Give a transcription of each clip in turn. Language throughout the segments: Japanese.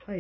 はい。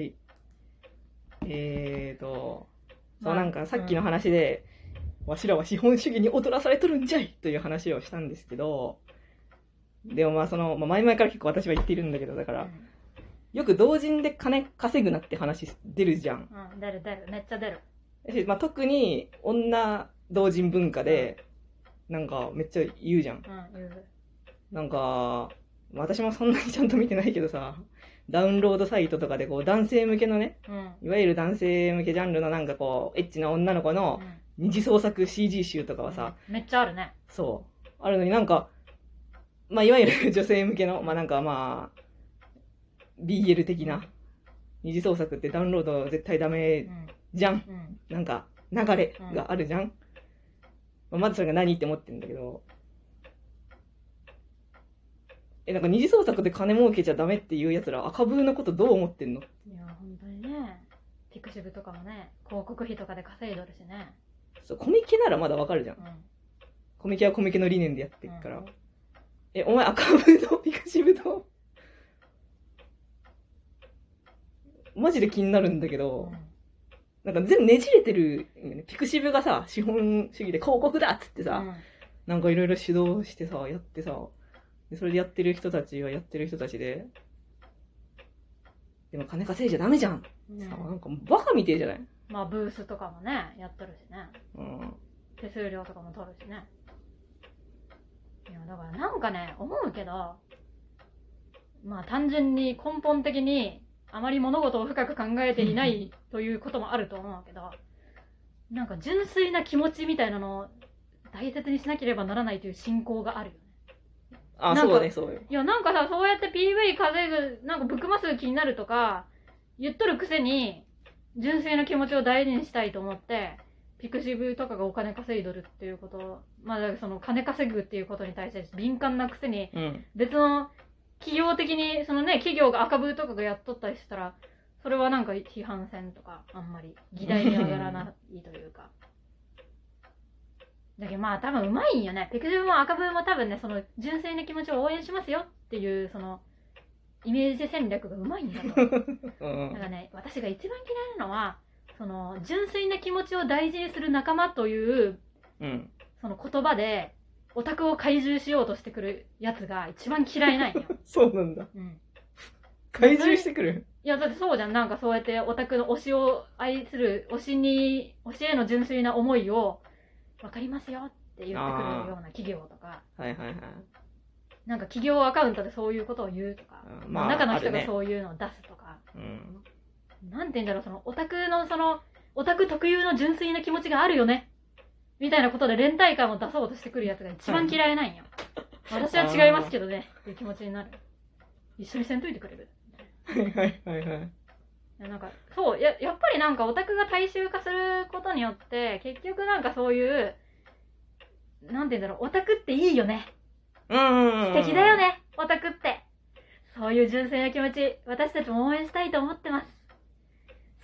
そうなんかさっきの話で、わしらは資本主義に踊らされとるんじゃいという話をしたんですけど、でもまあ前々から結構私は言っているんだけど、だから、よく同人で金稼ぐなって話出るじゃん。 出る、めっちゃ出る。 まあ、特に女同人文化で、なんかめっちゃ言うじゃん。 言う。 なんか、私もそんなにちゃんと見てないけどさ、ダウンロードサイトとかでこう男性向けのね、いわゆる男性向けジャンルのなんかこう、エッチな女の子の二次創作 CG 集とかはさ、 めっちゃあるね。 そう。あるのになんか、まあいわゆる女性向けの、まあなんかまあ、BL 的な二次創作ってダウンロード絶対ダメじゃん。なんか流れがあるじゃん。まずそれが何って思ってるんだけど、なんか二次創作で金儲けちゃダメっていうやつら赤ブーのことどう思ってんの？ いや本当にね、ピクシブとかもね、広告費とかで稼いどるしね。 そう、コミケならまだわかるじゃん。コミケはコミケの理念でやってるから。お前赤ブーとピクシブとマジで気になるんだけど、なんか全部ねじれてる、ピクシブがさ、資本主義で広告だっつってさ、なんかいろいろ指導してさ、やってさ、でそれでやってる人たちはやってる人たちで、でも金稼いじゃダメじゃん。さ、なんかバカみてえじゃない？ まあブースとかもね、やっとるしね。手数料とかも取るしね。いやだからなんかね、思うけど、まあ単純に根本的にあまり物事を深く考えていないということもあると思うけど、なんか純粋な気持ちみたいなのを大切にしなければならないという信仰があるよね。 そうね、そうよ。 いやなんかさ、そうやって PV 稼ぐ、なんかブックマス気になるとか言っとるくせに、純粋な気持ちを大事にしたいと思ってピクシブとかがお金稼いどるっていうこと、まあだからその金稼ぐっていうことに対して敏感なくせに、別の企業的にそのね、企業が赤ブーとかがやっとったりしたら、それはなんか批判せんとかあんまり議題に上がらないというかだけどまあ多分うまいんよね。ピクシブも赤ブーも多分ね、その純粋な気持ちを応援しますよっていうそのイメージ戦略がうまいんだと思う。だからね、私が一番嫌いなのは、その純粋な気持ちを大事にする仲間という、その言葉でオタクを怪獣しようとしてくるやつが一番嫌いなんよ。 そうなんだ。怪獣してくる？ いやだってそうじゃん。なんかそうやってオタクの推しを愛する、推しへの純粋な思いを分かりますよって言ってくるような企業とか、なんか企業アカウントでそういうことを言うとか、中の人がそういうのを出すとか、なんて言うんだろう、そのオタクのそのオタク特有の純粋な気持ちがあるよねみたいなことで連帯感を出そうとしてくるやつが一番嫌いなんよ。私は違いますけどねっていう気持ちになる。一緒にせんといてくれる。なんかそう やっぱりなんかオタクが大衆化することによって結局なんかそういうなんて言うんだろう、オタクっていいよね、素敵だよねオタクって、そういう純粋な気持ち私たちも応援したいと思ってます。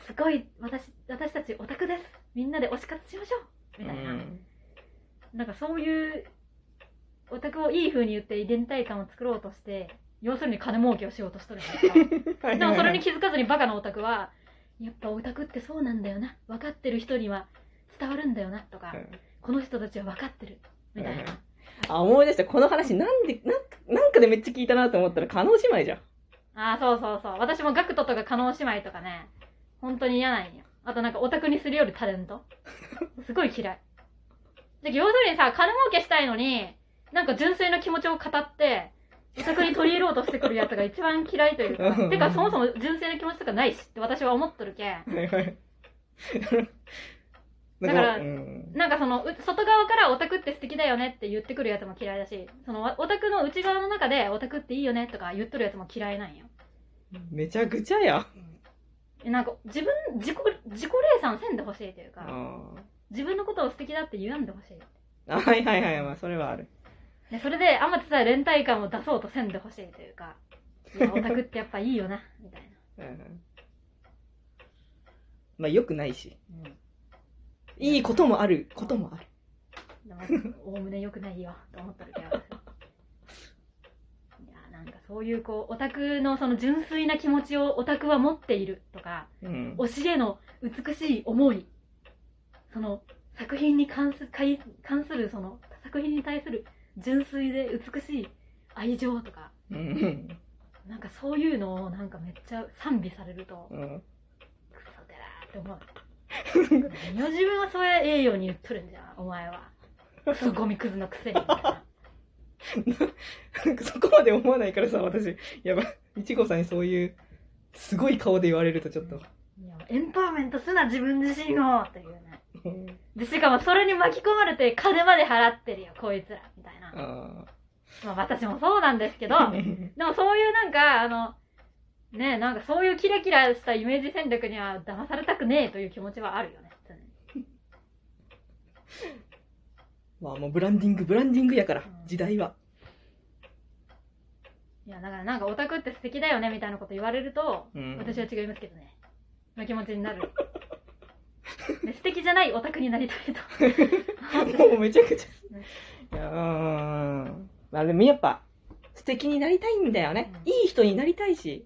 すごい私たちオタクです、みんなで推し活しましょうみたいな、なんかそういうオタクをいい風に言って連帯感を作ろうとして、要するに金儲けをしようとしとるからでもそれに気づかずにバカなオタクは、やっぱオタクってそうなんだよな、分かってる人には伝わるんだよなとか、この人たちは分かってるみたいな。 思い出した。この話なんかでめっちゃ聞いたなと思ったら叶姉妹じゃん。 そう私もガクトとか叶姉妹とかね、本当に嫌なんよ。あとなんかオタクにするよりタレントすごい嫌いで、要するにさ、金儲けしたいのになんか純粋な気持ちを語ってオタクに取り入れようとしてくるやつが一番嫌いというかてかそもそも純粋な気持ちとかないしって私は思っとるけんだから、なんかその外側からオタクって素敵だよねって言ってくるやつも嫌いだし、そのオタクの内側の中でオタクっていいよねとか言っとるやつも嫌いなんよ。 めちゃくちゃや。 なんか自己礼賛せんでほしいというか、自分のことを素敵だって言わんでほしい。 まあそれはある。 でそれであまたさ連帯感を出そうとせんでほしいというか、いやオタクってやっぱいいよなみたいな。 まあ良くないし。いいこともあることもある。 おおむね良くないよと思ったけどいやなんかそういうこうオタクのその純粋な気持ちをオタクは持っているとか、推しへの美しい思い、その作品に関するその作品に対する純粋で美しい愛情とか、なんかそういうのをなんかめっちゃ賛美されると、クソだなって思う。何を自分はそうやええように言っとるんじゃん、お前は。クソゴミクズのくせにみたいな。 なんかそこまで思わないからさ、私、やばい、いちごさんにそういうすごい顔で言われるとちょっと、 いやエンパワーメントすな自分自身をっていうね。でしかもそれに巻き込まれて金まで払ってるよこいつらみたいな。まあ私もそうなんですけど、でもそういうなんかね、なんかそういうキラキラしたイメージ戦略には騙されたくねえという気持ちはあるよね。 まあもうブランディングやから、時代は。 いやだからなんかオタクって素敵だよねみたいなこと言われると、私は違いますけどねの気持ちになる。で素敵じゃないオタクになりたいと。もうめちゃくちゃ。いやまあでもやっぱ素敵になりたいんだよね。いい人になりたいし。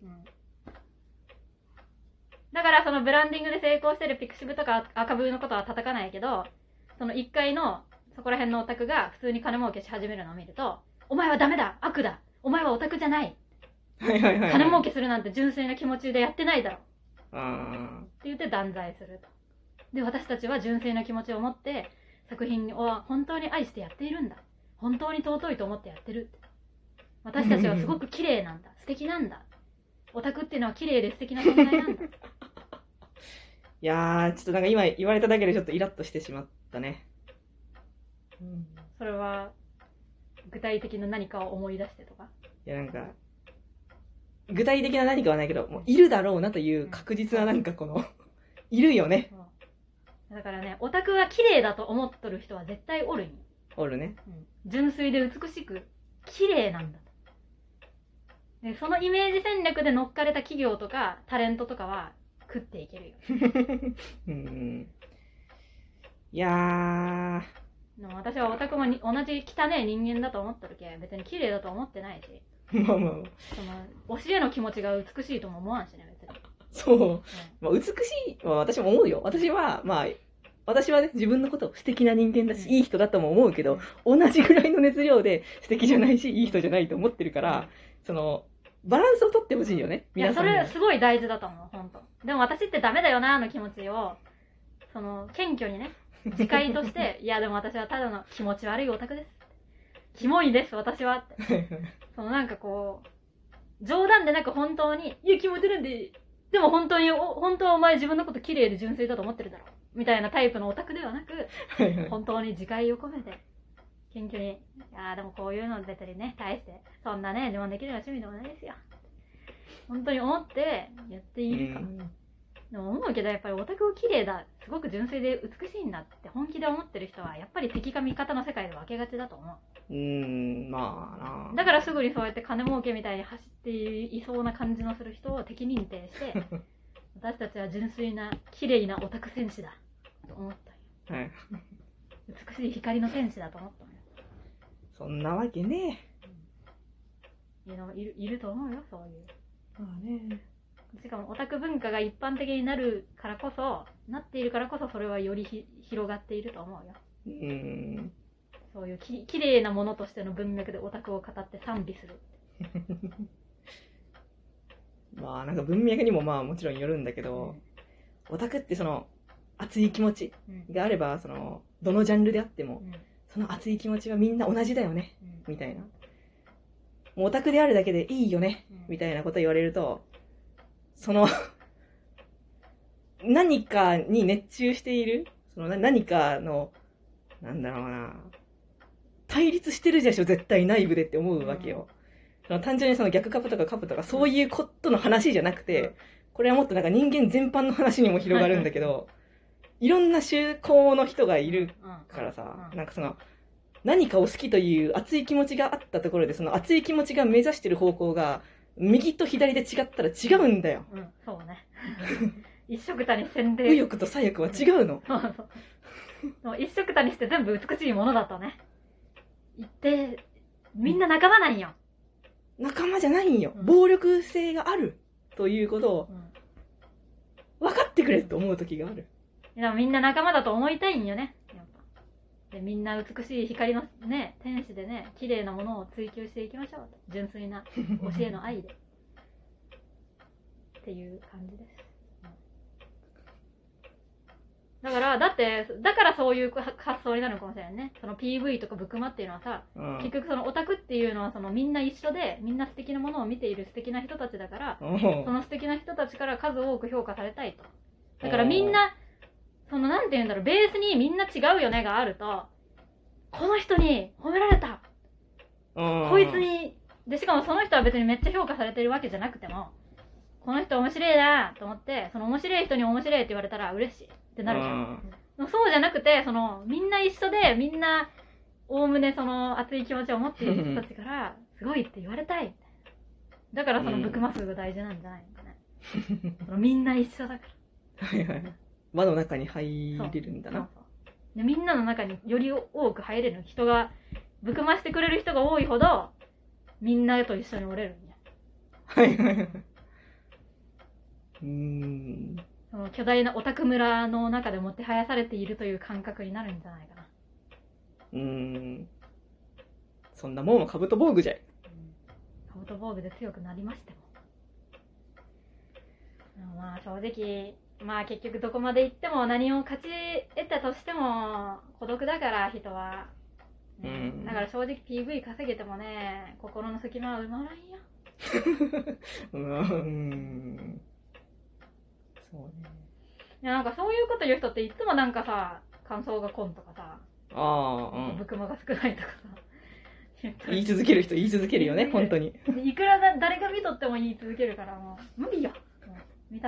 だからそのブランディングで成功してるピクシブとか赤ブーのことは叩かないけど、その1階のそこら辺のオタクが普通に金儲けし始めるのを見ると、お前はダメだ、悪だ、お前はオタクじゃない、金儲けするなんて純粋な気持ちでやってないだろって言って断罪すると。で私たちは純粋な気持ちを持って作品を本当に愛してやっているんだ、本当に尊いと思ってやってる、私たちはすごく綺麗なんだ、素敵なんだ、オタクっていうのは綺麗で素敵な存在なんだ。 いやーちょっとなんか今言われただけでちょっとイラッとしてしまったね。 それは具体的な何かを思い出してとか。 いやなんか具体的な何かはないけど、もういるだろうなという確実ななんかこのいるよね。 だからね、オタクは綺麗だと思っとる人は絶対おるんよ。 おるね。 純粋で美しく綺麗なんだと。でそのイメージ戦略で乗っかれた企業とかタレントとかは食っていけるよ。 いやー。 でも私はオタクも同じ汚い人間だと思っとるけ、別に綺麗だと思ってないし。 まあまあ。 その推しへの気持ちが美しいとも思わんしね、別に。 そう。まあ、美しいは私も思うよ。私はね、自分のこと素敵な人間だし、いい人だとも思うけど、同じぐらいの熱量で素敵じゃないし、いい人じゃないと思ってるから、その、バランスを取ってほしいよね。 いや、それすごい大事だと思う、ほんと。でも私ってダメだよな、の気持ちを、その、謙虚にね、自戒として、いやでも私はただの気持ち悪いオタクです。キモいです、私はって。そのなんかこう、冗談でなく本当に、いや気持ち悪いんで、でも本当はお前自分のこと綺麗で純粋だと思ってるだろ。みたいなタイプのオタクではなく、本当に自戒を込めて、謙虚に、いやでもこういうの別にね、対して、そんなね、自慢できるような趣味でもないですよ。本当に思ってやっているか。でも思うけどやっぱりオタクは綺麗だ、すごく純粋で美しいんだって本気で思ってる人はやっぱり敵か味方の世界で分けがちだと思う。 まあな。 だからすぐにそうやって金儲けみたいに走っていそうな感じのする人を敵認定して私たちは純粋な綺麗なオタク戦士だと思ったよ。美しい光の天使だと思ったのよ。 そんなわけねえ。いると思うよ、そういう。 まあね。 しかもオタク文化が一般的になっているからこそそれはより広がっていると思うよ。そういうきれいなものとしての文脈でオタクを語って賛美する。 まあなんか文脈にもまあもちろんよるんだけど、オタクってその熱い気持ちがあれば、そのどのジャンルであっても、その熱い気持ちはみんな同じだよね、みたいな。もうオタクであるだけでいいよね、みたいなこと言われると、その何かに熱中している、その何かのなんだろうな、対立してるでしょ絶対内部でって思うわけよ。その単純にその逆カップとかカップとかそういうことの話じゃなくて、これはもっとなんか人間全般の話にも広がるんだけど、いろんな趣向の人がいるからさ、なんかその何かを好きという熱い気持ちがあったところで、その熱い気持ちが目指してる方向が右と左で違ったら違うんだよ。 そうね。一緒くたに宣伝。 右翼と左翼は違うの。 そう一緒くたにして全部美しいものだとね。言って、みんな仲間なんよ。 仲間じゃないんよ。暴力性があるということを分かってくれと思う時がある。 でもみんな仲間だと思いたいんよね。やっぱでみんな美しい光のね、天使でね、綺麗なものを追求していきましょうと。純粋な教えの愛で。っていう感じです。だからそういう発想になるのかもしれないね。その PV とかブクマっていうのはさ、結局そのオタクっていうのはそのみんな一緒で、みんな素敵なものを見ている素敵な人たちだから、その素敵な人たちから数多く評価されたいと。だからみんな、そのなんて言うんだろう、ベースにみんな違うよねがあると、この人に褒められた、こいつに、でしかもその人は別にめっちゃ評価されてるわけじゃなくても、この人面白いなと思って、その面白い人に面白いって言われたら嬉しいってなるじゃん。そうじゃなくて、そのみんな一緒で、みんなおおむねその熱い気持ちを持っている人たちからすごいって言われたいみたいな。だからそのブクマ数が大事なんじゃないのかね。そのみんな一緒だから。 はいはい。輪の中に入れるんだな。 そうでみんなの中により多く入れる人が、ブクマしてくれる人が多いほど、みんなと一緒におれるんだ。 はいはいはい。 その巨大なオタク村の中でもてはやされているという感覚になるんじゃないかな。 そんなもんはカブト防具じゃい。 カブト防具で強くなりましても。まあ正直、まあ結局どこまで行っても何を勝ち得たとしても孤独だから人は。だから正直 PV 稼げてもね、心の隙間は埋まらんよ。 そうね。 いやなんかそういうこと言う人っていつもなんかさ、感想がこんとかさ、ブクマが少ないとかさ、 言い続ける人言い続けるよね、本当に。 いくら誰が見とっても言い続けるからもう無理よ。